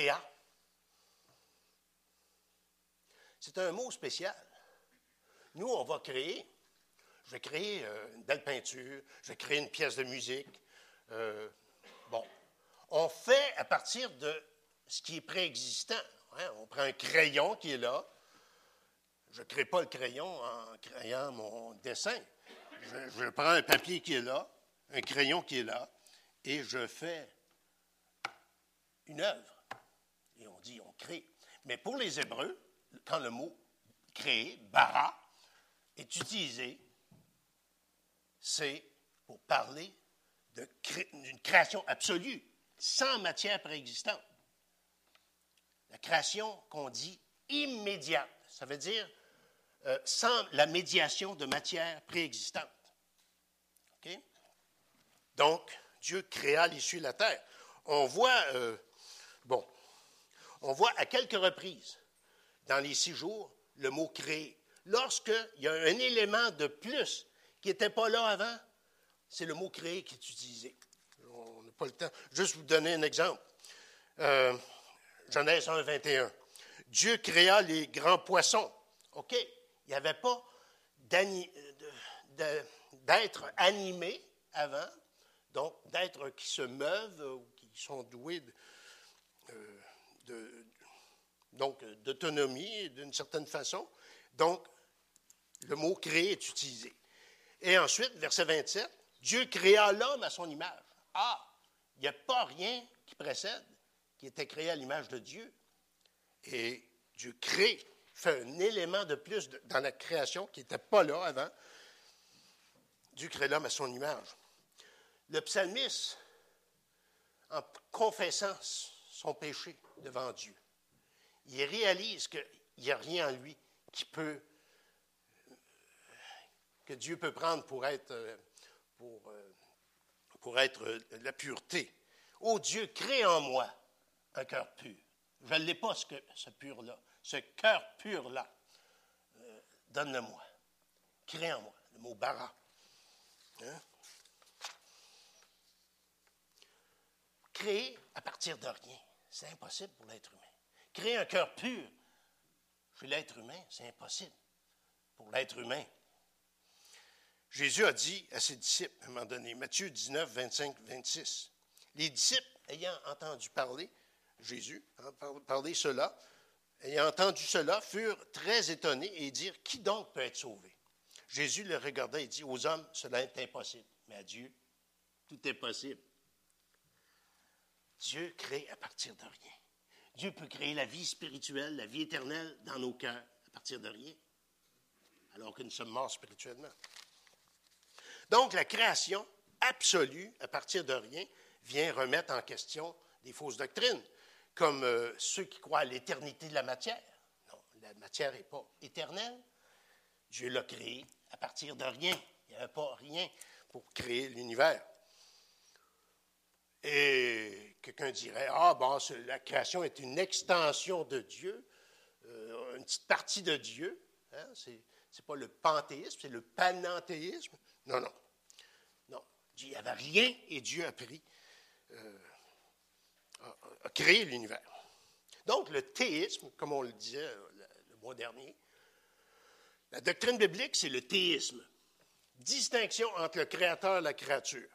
c'est un mot spécial. Nous, on va créer, je vais créer euh, une belle peinture, je vais créer une pièce de musique. Euh, bon, on fait à partir de ce qui est préexistant. Hein? On prend un crayon qui est là. Je ne crée pas le crayon en créant mon dessin. Je, je prends un papier qui est là, un crayon qui est là, et je fais une œuvre. Et on dit, on crée. Mais pour les Hébreux, quand le mot « créer », « bara », est utilisé, c'est pour parler de cré- d'une création absolue, sans matière préexistante. La création qu'on dit immédiate, ça veut dire euh, sans la médiation de matière préexistante. Okay? Donc, Dieu créa les cieux et la terre. On voit, euh, bon, on voit à quelques reprises dans les six jours le mot « créer ». Lorsqu'il y a un élément de plus qui n'était pas là avant, c'est le mot « créer » qui est utilisé. On n'a pas le temps. Juste vous donner un exemple. Euh, Genèse un, vingt et un. Dieu créa les grands poissons. OK, il n'y avait pas d'ani- de, de, d'êtres animés avant, donc d'êtres qui se meuvent ou qui sont doués de, euh, de, donc, d'autonomie d'une certaine façon. Donc, le mot « créer » est utilisé. Et ensuite, verset vingt-sept, Dieu créa l'homme à son image. Ah, il n'y a pas rien qui précède qui était créé à l'image de Dieu. Et Dieu crée fait un élément de plus de, dans la création qui n'était pas là avant. Dieu crée l'homme à son image. Le psalmiste, en confessant son péché devant Dieu, il réalise qu'il n'y a rien en lui qui peut, que Dieu peut prendre pour être, pour, pour être la pureté. Ô Dieu, crée en moi un cœur pur. Je ne l'ai pas, ce, que, ce pur-là. Ce cœur pur-là, euh, donne-le-moi. Crée en moi. Le mot bara. Hein? Créer à partir de rien, c'est impossible pour l'être humain. Créer un cœur pur chez l'être humain, c'est impossible pour l'être humain. Jésus a dit à ses disciples, à un moment donné, Matthieu dix-neuf, vingt-cinq, vingt-six, les disciples, ayant entendu parler, Jésus, hein, parler cela, ayant entendu cela, furent très étonnés et dirent, qui donc peut être sauvé? Jésus les regarda et dit, aux hommes, cela est impossible, mais à Dieu, tout est possible. Dieu crée à partir de rien. Dieu peut créer la vie spirituelle, la vie éternelle dans nos cœurs à partir de rien, alors que nous sommes morts spirituellement. Donc, la création absolue à partir de rien vient remettre en question des fausses doctrines, comme euh, ceux qui croient à l'éternité de la matière. Non, la matière n'est pas éternelle. Dieu l'a créée à partir de rien. Il n'y avait pas rien pour créer l'univers. Et quelqu'un dirait, ah, bon, la création est une extension de Dieu, euh, une petite partie de Dieu. Hein? C'est, c'est pas le panthéisme, c'est le panenthéisme. Non, non. Non. Il n'y avait rien et Dieu a pris, euh, a, a créé l'univers. Donc, le théisme, comme on le disait le, le mois dernier, la doctrine biblique, c'est le théisme. Distinction entre le créateur et la créature.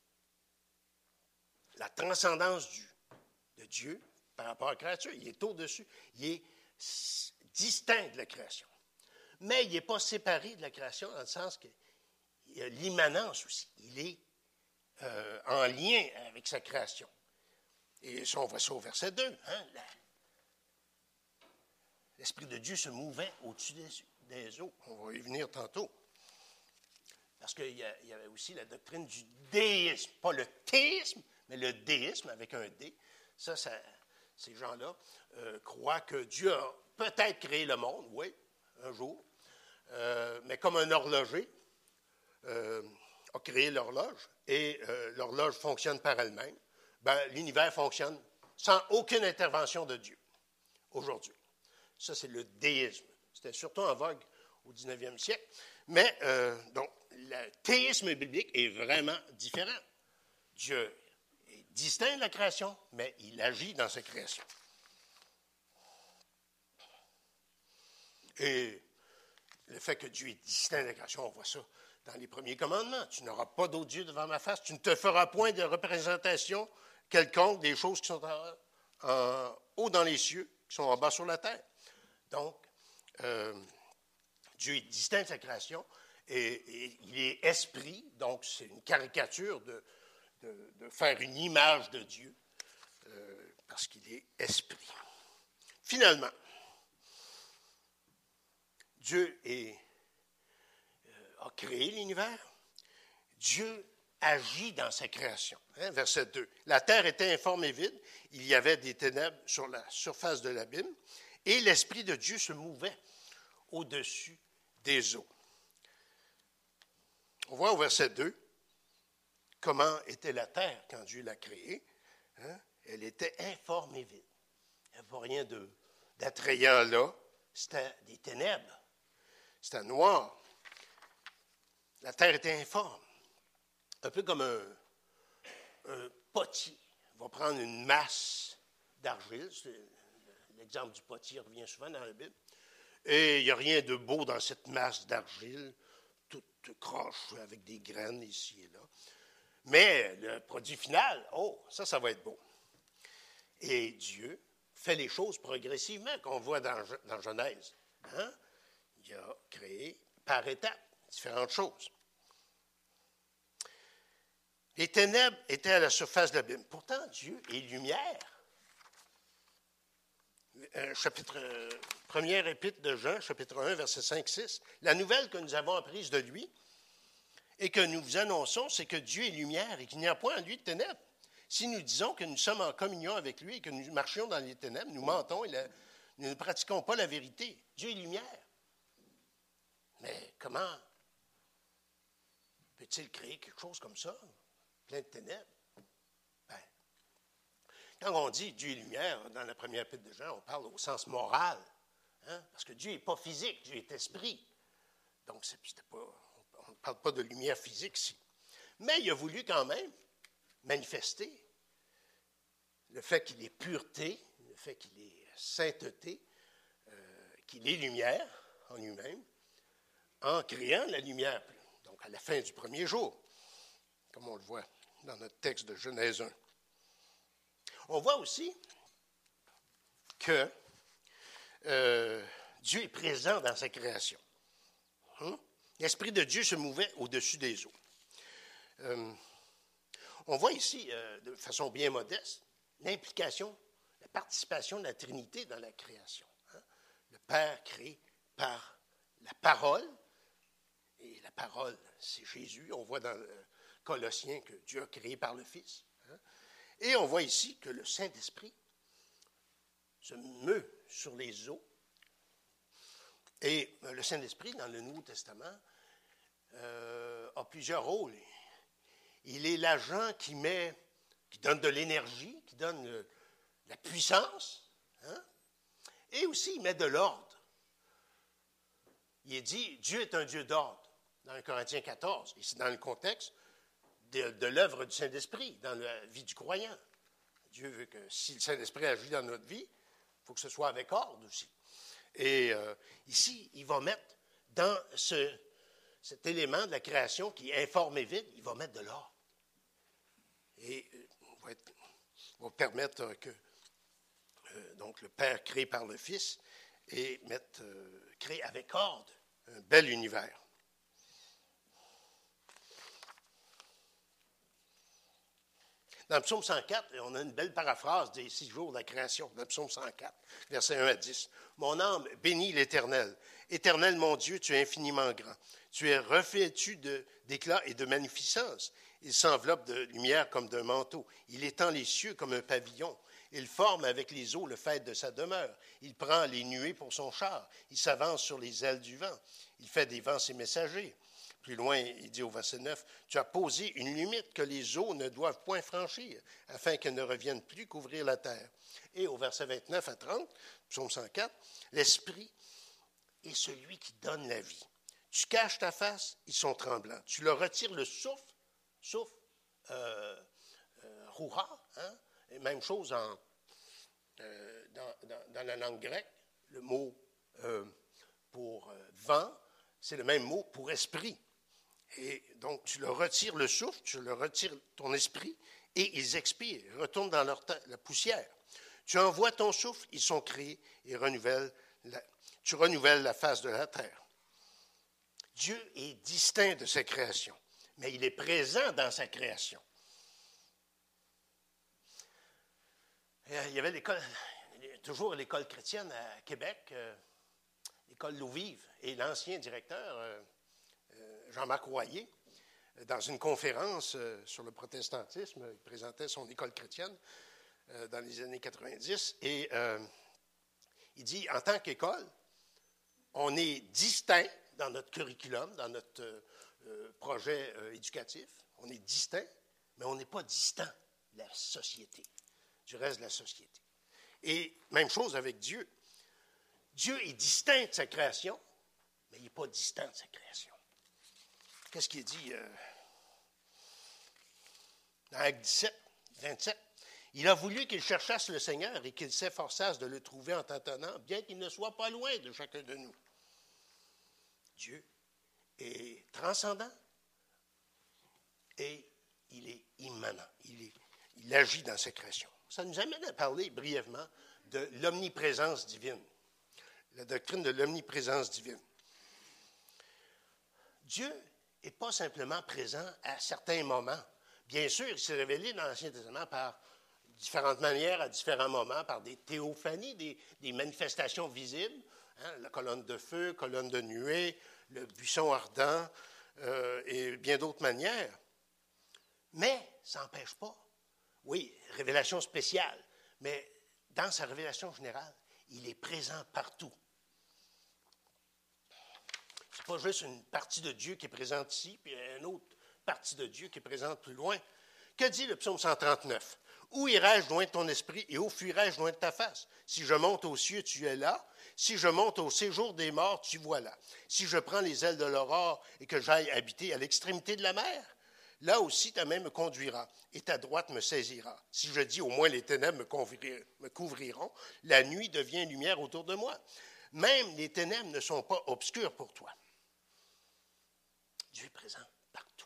La transcendance du, de Dieu par rapport à la créature, il est au-dessus, il est distinct de la création. Mais il n'est pas séparé de la création dans le sens qu'il y a l'immanence aussi. Il est euh, en lien avec sa création. Et ça, on voit ça au verset deux. Hein, la, l'Esprit de Dieu se mouvait au-dessus des, des eaux. On va y venir tantôt. Parce qu'il y, a, il y avait aussi la doctrine du déisme, pas le théisme, mais le déisme avec un D. Ça, ça ces gens-là euh, croient que Dieu a peut-être créé le monde, oui, un jour, euh, mais comme un horloger euh, a créé l'horloge et euh, l'horloge fonctionne par elle-même, ben, l'univers fonctionne sans aucune intervention de Dieu aujourd'hui. Ça, c'est le déisme. C'était surtout en vogue au dix-neuvième siècle. Mais, euh, donc, le théisme biblique est vraiment différent. Dieu est distinct de la création, mais il agit dans sa création. Et le fait que Dieu est distinct de la création, on voit ça dans les premiers commandements. Tu n'auras pas d'autre Dieu devant ma face. Tu ne te feras point de représentation quelconque des choses qui sont en, en haut dans les cieux, qui sont en bas sur la terre. Donc, euh, Dieu est distinct de sa création et, et il est esprit, donc c'est une caricature de, de, de faire une image de Dieu euh, parce qu'il est esprit. Finalement, Dieu est, euh, a créé l'univers. Dieu agit dans sa création. Hein, verset deux. La terre était informe et vide. Il y avait des ténèbres sur la surface de l'abîme. Et l'Esprit de Dieu se mouvait au-dessus des eaux. On voit au verset deux comment était la terre quand Dieu l'a créée. Hein? Elle était informe et vide. Il n'y avait pas rien de, d'attrayant là. C'était des ténèbres. C'était noir. La terre était informe. Un peu comme un, un potier. Il va prendre une masse d'argile. L'exemple du potier revient souvent dans la Bible. Et il n'y a rien de beau dans cette masse d'argile, toute croche avec des graines ici et là. Mais le produit final, oh, ça, ça va être beau. Et Dieu fait les choses progressivement, qu'on voit dans, dans Genèse. Hein? Il a créé par étapes différentes choses. Les ténèbres étaient à la surface de l'abîme. Pourtant, Dieu est lumière. euh, chapitre, euh, première épître de Jean, chapitre un, versets cinq six. La nouvelle que nous avons apprise de lui et que nous vous annonçons, c'est que Dieu est lumière et qu'il n'y a point en lui de ténèbres. Si nous disons que nous sommes en communion avec lui et que nous marchions dans les ténèbres, nous mentons et la, nous ne pratiquons pas la vérité. Dieu est lumière. Mais comment peut-il créer quelque chose comme ça, plein de ténèbres? Ben, quand on dit Dieu est lumière, dans la première épître de Jean, on parle au sens moral. Hein? Parce que Dieu n'est pas physique, Dieu est esprit. Donc, c'est, c'était pas, on ne parle pas de lumière physique ici. Mais il a voulu quand même manifester le fait qu'il est pureté, le fait qu'il est sainteté, euh, qu'il est lumière en lui-même, en créant la lumière, donc à la fin du premier jour, comme on le voit dans notre texte de Genèse un. On voit aussi que euh, Dieu est présent dans sa création. Hum? L'Esprit de Dieu se mouvait au-dessus des eaux. Euh, on voit ici, euh, de façon bien modeste, l'implication, la participation de la Trinité dans la création. Hein? Le Père créé par la parole, et la parole, c'est Jésus. On voit dans le Colossiens que Dieu a créé par le Fils. Hein? Et on voit ici que le Saint-Esprit se meut sur les eaux. Et le Saint-Esprit, dans le Nouveau Testament, euh, a plusieurs rôles. Il est l'agent qui met, qui donne de l'énergie, qui donne le, la puissance, hein? Et aussi il met de l'ordre. Il est dit, Dieu est un Dieu d'ordre, dans le Corinthiens quatorze, et c'est dans le contexte de, de l'œuvre du Saint-Esprit, dans la vie du croyant. Dieu veut que si le Saint-Esprit agit dans notre vie, il faut que ce soit avec ordre aussi. Et euh, ici, il va mettre dans ce, cet élément de la création qui est informe et vide, il va mettre de l'ordre. Et euh, on va, être, on va permettre que euh, donc le Père crée par le Fils et mettre, euh, crée avec ordre un bel univers. Dans le psaume cent quatre, on a une belle paraphrase des six jours de la création, dans le psaume cent quatre, versets un à dix. « Mon âme bénit l'Éternel. Éternel, mon Dieu, tu es infiniment grand. Tu es revêtu de, d'éclat et de magnificence. Il s'enveloppe de lumière comme d'un manteau. Il étend les cieux comme un pavillon. Il forme avec les eaux le faîte de sa demeure. Il prend les nuées pour son char. Il s'avance sur les ailes du vent. Il fait des vents ses messagers. » Plus loin, il dit au verset neuf, « Tu as posé une limite que les eaux ne doivent point franchir, afin qu'elles ne reviennent plus couvrir la terre. » Et au verset vingt-neuf à trente, psaume cent quatre, « L'Esprit est celui qui donne la vie. Tu caches ta face, ils sont tremblants. Tu leur retires le souffle, souffle, euh, euh, roura, hein? Et même chose en, euh, dans, dans, dans la langue grecque, le mot euh, pour euh, vent, c'est le même mot pour esprit. Et donc, tu leur retires le souffle, tu leur retires ton esprit, et ils expirent, retournent dans leur ta- la poussière. Tu envoies ton souffle, ils sont créés, et renouvellent la, tu renouvelles la face de la terre. Dieu est distinct de sa création, mais il est présent dans sa création. Il y avait l'école, toujours l'école chrétienne à Québec, euh, l'école Louvive, et l'ancien directeur, euh, Jean-Marc Royer, dans une conférence sur le protestantisme, il présentait son école chrétienne dans les années quatre-vingt-dix, et euh, il dit, en tant qu'école, on est distinct dans notre curriculum, dans notre euh, projet euh, éducatif, on est distinct, mais on n'est pas distant de la société, du reste de la société. Et même chose avec Dieu. Dieu est distinct de sa création, mais il n'est pas distant de sa création. Qu'est-ce qu'il dit euh, dans Actes dix-sept, vingt-sept? Il a voulu qu'ils cherchassent le Seigneur et qu'ils s'efforçassent de le trouver en tâtonnant, bien qu'il ne soit pas loin de chacun de nous. Dieu est transcendant et il est immanent. Il, est, il agit dans sa création. Ça nous amène à parler brièvement de l'omniprésence divine, la doctrine de l'omniprésence divine. Dieu n'est pas simplement présent à certains moments. Bien sûr, il s'est révélé dans l'Ancien Testament par différentes manières, à différents moments, par des théophanies, des, des manifestations visibles, hein, la colonne de feu, colonne de nuée, le buisson ardent, euh, et bien d'autres manières. Mais ça n'empêche pas, oui, révélation spéciale, mais dans sa révélation générale, il est présent partout. Ce n'est pas juste une partie de Dieu qui est présente ici, puis une autre partie de Dieu qui est présente plus loin. Que dit le psaume cent trente-neuf? Où irai-je loin de ton esprit et où fuirai-je loin de ta face? Si je monte aux cieux, tu es là. Si je monte au séjour des morts, tu vois là. Si je prends les ailes de l'aurore et que j'aille habiter à l'extrémité de la mer, là aussi ta main me conduira et ta droite me saisira. Si je dis au moins les ténèbres me, couvrir, me couvriront, la nuit devient lumière autour de moi. Même les ténèbres ne sont pas obscures pour toi. Dieu est présent partout.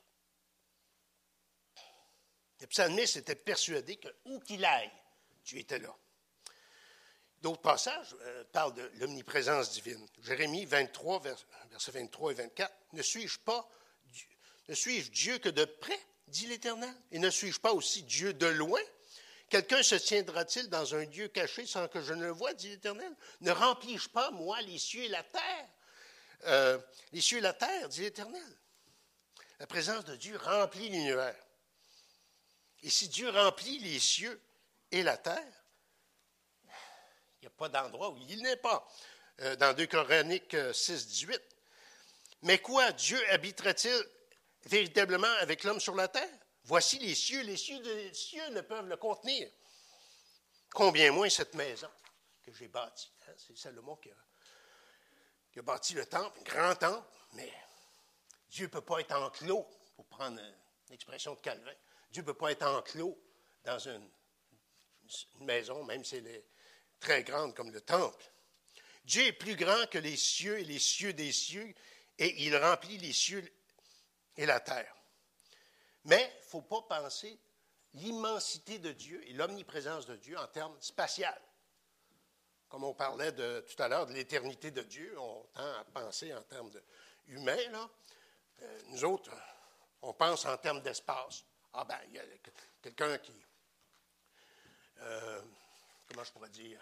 Le psalmiste était persuadé que où qu'il aille, Dieu était là. D'autres passages euh, parlent de l'omniprésence divine. Jérémie vingt-trois, versets vingt-trois et vingt-quatre. Ne suis-je pas, ne suis-je Dieu que de près, dit l'Éternel, et ne suis-je pas aussi Dieu de loin? Quelqu'un se tiendra-t-il dans un lieu caché sans que je ne le voie, dit l'Éternel? Ne remplis-je pas, moi, les cieux et la terre? Euh, les cieux et la terre, dit l'Éternel. La présence de Dieu remplit l'univers. Et si Dieu remplit les cieux et la terre, il n'y a pas d'endroit où il n'est pas. Euh, dans deux Chroniques six, dix-huit. Mais quoi, Dieu habiterait-il véritablement avec l'homme sur la terre? Voici les cieux, les cieux des cieux ne peuvent le contenir. Combien moins cette maison que j'ai bâtie. Hein? C'est Salomon qui a, qui a bâti le temple, un grand temple, mais Dieu ne peut pas être enclos, pour prendre l'expression de Calvin. Dieu ne peut pas être enclos dans une, une maison, même si elle est très grande comme le temple. Dieu est plus grand que les cieux et les cieux des cieux, et il remplit les cieux et la terre. Mais il ne faut pas penser l'immensité de Dieu et l'omniprésence de Dieu en termes spatiaux. Comme on parlait de, tout à l'heure de l'éternité de Dieu, on tend à penser en termes de, humains. Là. Euh, nous autres, on pense en termes d'espace. Ah ben, il y a quelqu'un qui, euh, comment je pourrais dire,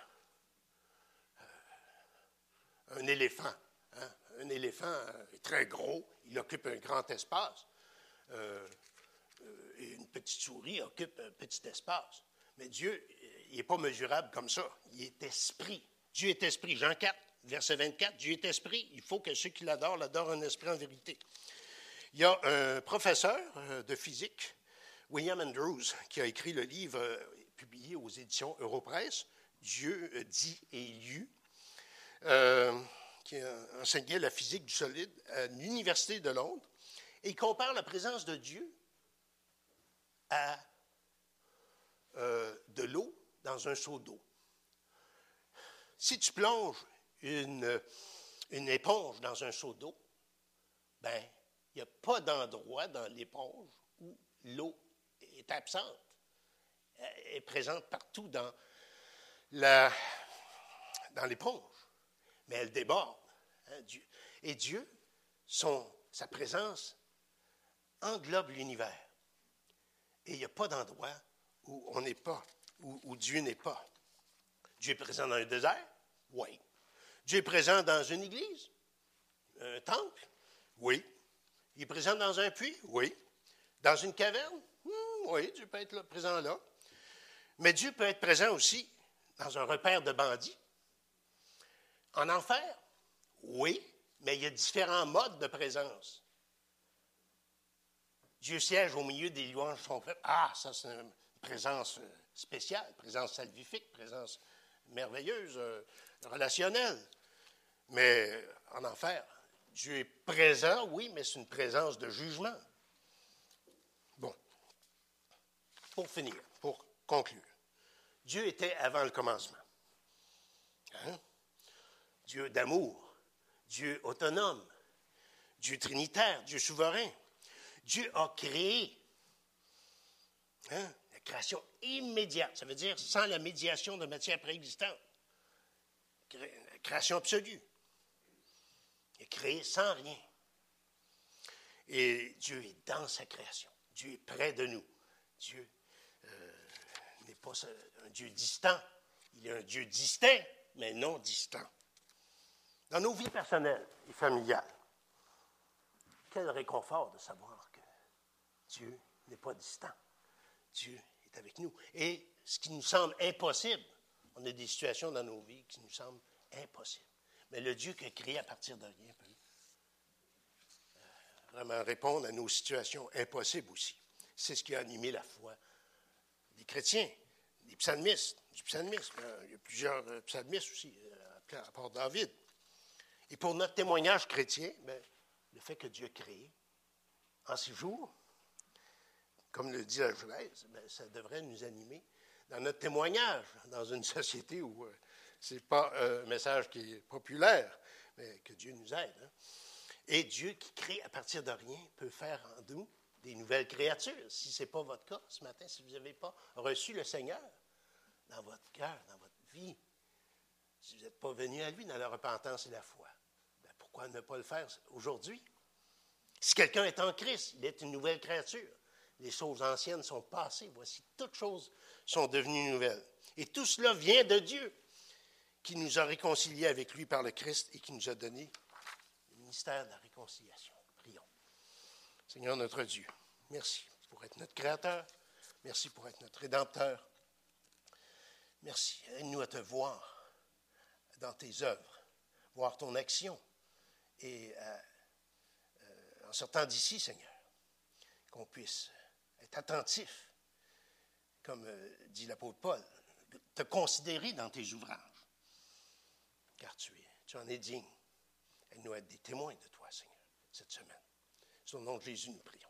euh, un éléphant. Hein? Un éléphant est très gros, il occupe un grand espace. Euh, et une petite souris occupe un petit espace. Mais Dieu, il n'est pas mesurable comme ça. Il est esprit. Dieu est esprit. Jean quatre, verset vingt-quatre, Dieu est esprit. Il faut que ceux qui l'adorent l'adorent en esprit en vérité. Il y a un professeur de physique, William Andrews, qui a écrit le livre euh, publié aux éditions Europresse, Dieu dit et lu, euh, qui enseignait la physique du solide à l'Université de Londres. Et il compare la présence de Dieu à euh, de l'eau dans un seau d'eau. Si tu plonges une, une éponge dans un seau d'eau, ben, il n'y a pas d'endroit dans l'éponge où l'eau est absente. Elle est présente partout dans, la, dans l'éponge, mais elle déborde. Hein, Dieu. Et Dieu, son, sa présence englobe l'univers. Et il n'y a pas d'endroit où on n'est pas, où, où Dieu n'est pas. Dieu est présent dans un désert? Oui. Dieu est présent dans une église? Un temple? Oui. Il est présent dans un puits? Oui. Dans une caverne? Hmm, oui, Dieu peut être là, présent là. Mais Dieu peut être présent aussi dans un repère de bandits. En enfer? Oui, mais il y a différents modes de présence. Dieu siège au milieu des louanges de son peuple. Ah, ça, c'est une présence spéciale, présence salvifique, présence merveilleuse, euh, relationnelle. Mais en enfer, Dieu est présent, oui, mais c'est une présence de jugement. Bon, pour finir, pour conclure, Dieu était avant le commencement. Hein? Dieu d'amour, Dieu autonome, Dieu trinitaire, Dieu souverain. Dieu a créé, hein, la création immédiate, ça veut dire sans la médiation de matière préexistante. La création absolue. Il est créé sans rien. Et Dieu est dans sa création. Dieu est près de nous. Dieu euh, n'est pas un Dieu distant. Il est un Dieu distinct, mais non distant. Dans nos vies personnelles et familiales, quel réconfort de savoir que Dieu n'est pas distant. Dieu est avec nous. Et ce qui nous semble impossible, on a des situations dans nos vies qui nous semblent impossibles. Mais le Dieu qui a créé à partir de rien peut vraiment répondre à nos situations impossibles aussi. C'est ce qui a animé la foi des chrétiens, des psalmistes, du psalmisme. Il y a plusieurs psalmistes aussi, à part David. Et pour notre témoignage chrétien, bien, le fait que Dieu a créé en six jours, comme le dit la Genèse, bien, ça devrait nous animer dans notre témoignage, dans une société où euh, ce n'est pas un message qui est populaire, mais que Dieu nous aide. Hein. Et Dieu qui crée à partir de rien peut faire en nous des nouvelles créatures. Si ce n'est pas votre cas ce matin, si vous n'avez pas reçu le Seigneur dans votre cœur, dans votre vie, si vous n'êtes pas venu à lui dans la repentance et la foi, bien, pourquoi ne pas le faire aujourd'hui? Si quelqu'un est en Christ, il est une nouvelle créature. Les choses anciennes sont passées. Voici, toutes choses sont devenues nouvelles. Et tout cela vient de Dieu, qui nous a réconciliés avec lui par le Christ et qui nous a donné le ministère de la réconciliation. Prions. Seigneur notre Dieu, merci pour être notre Créateur. Merci pour être notre Rédempteur. Merci. Aide-nous à te voir dans tes œuvres, voir ton action. Et euh, euh, en sortant d'ici, Seigneur, qu'on puisse être attentif, comme euh, dit l'apôtre Paul, te considérer dans tes ouvrages, car tu es, tu en es digne. Aide-nous à être des témoins de toi, Seigneur, cette semaine. C'est au nom de Jésus, nous prions.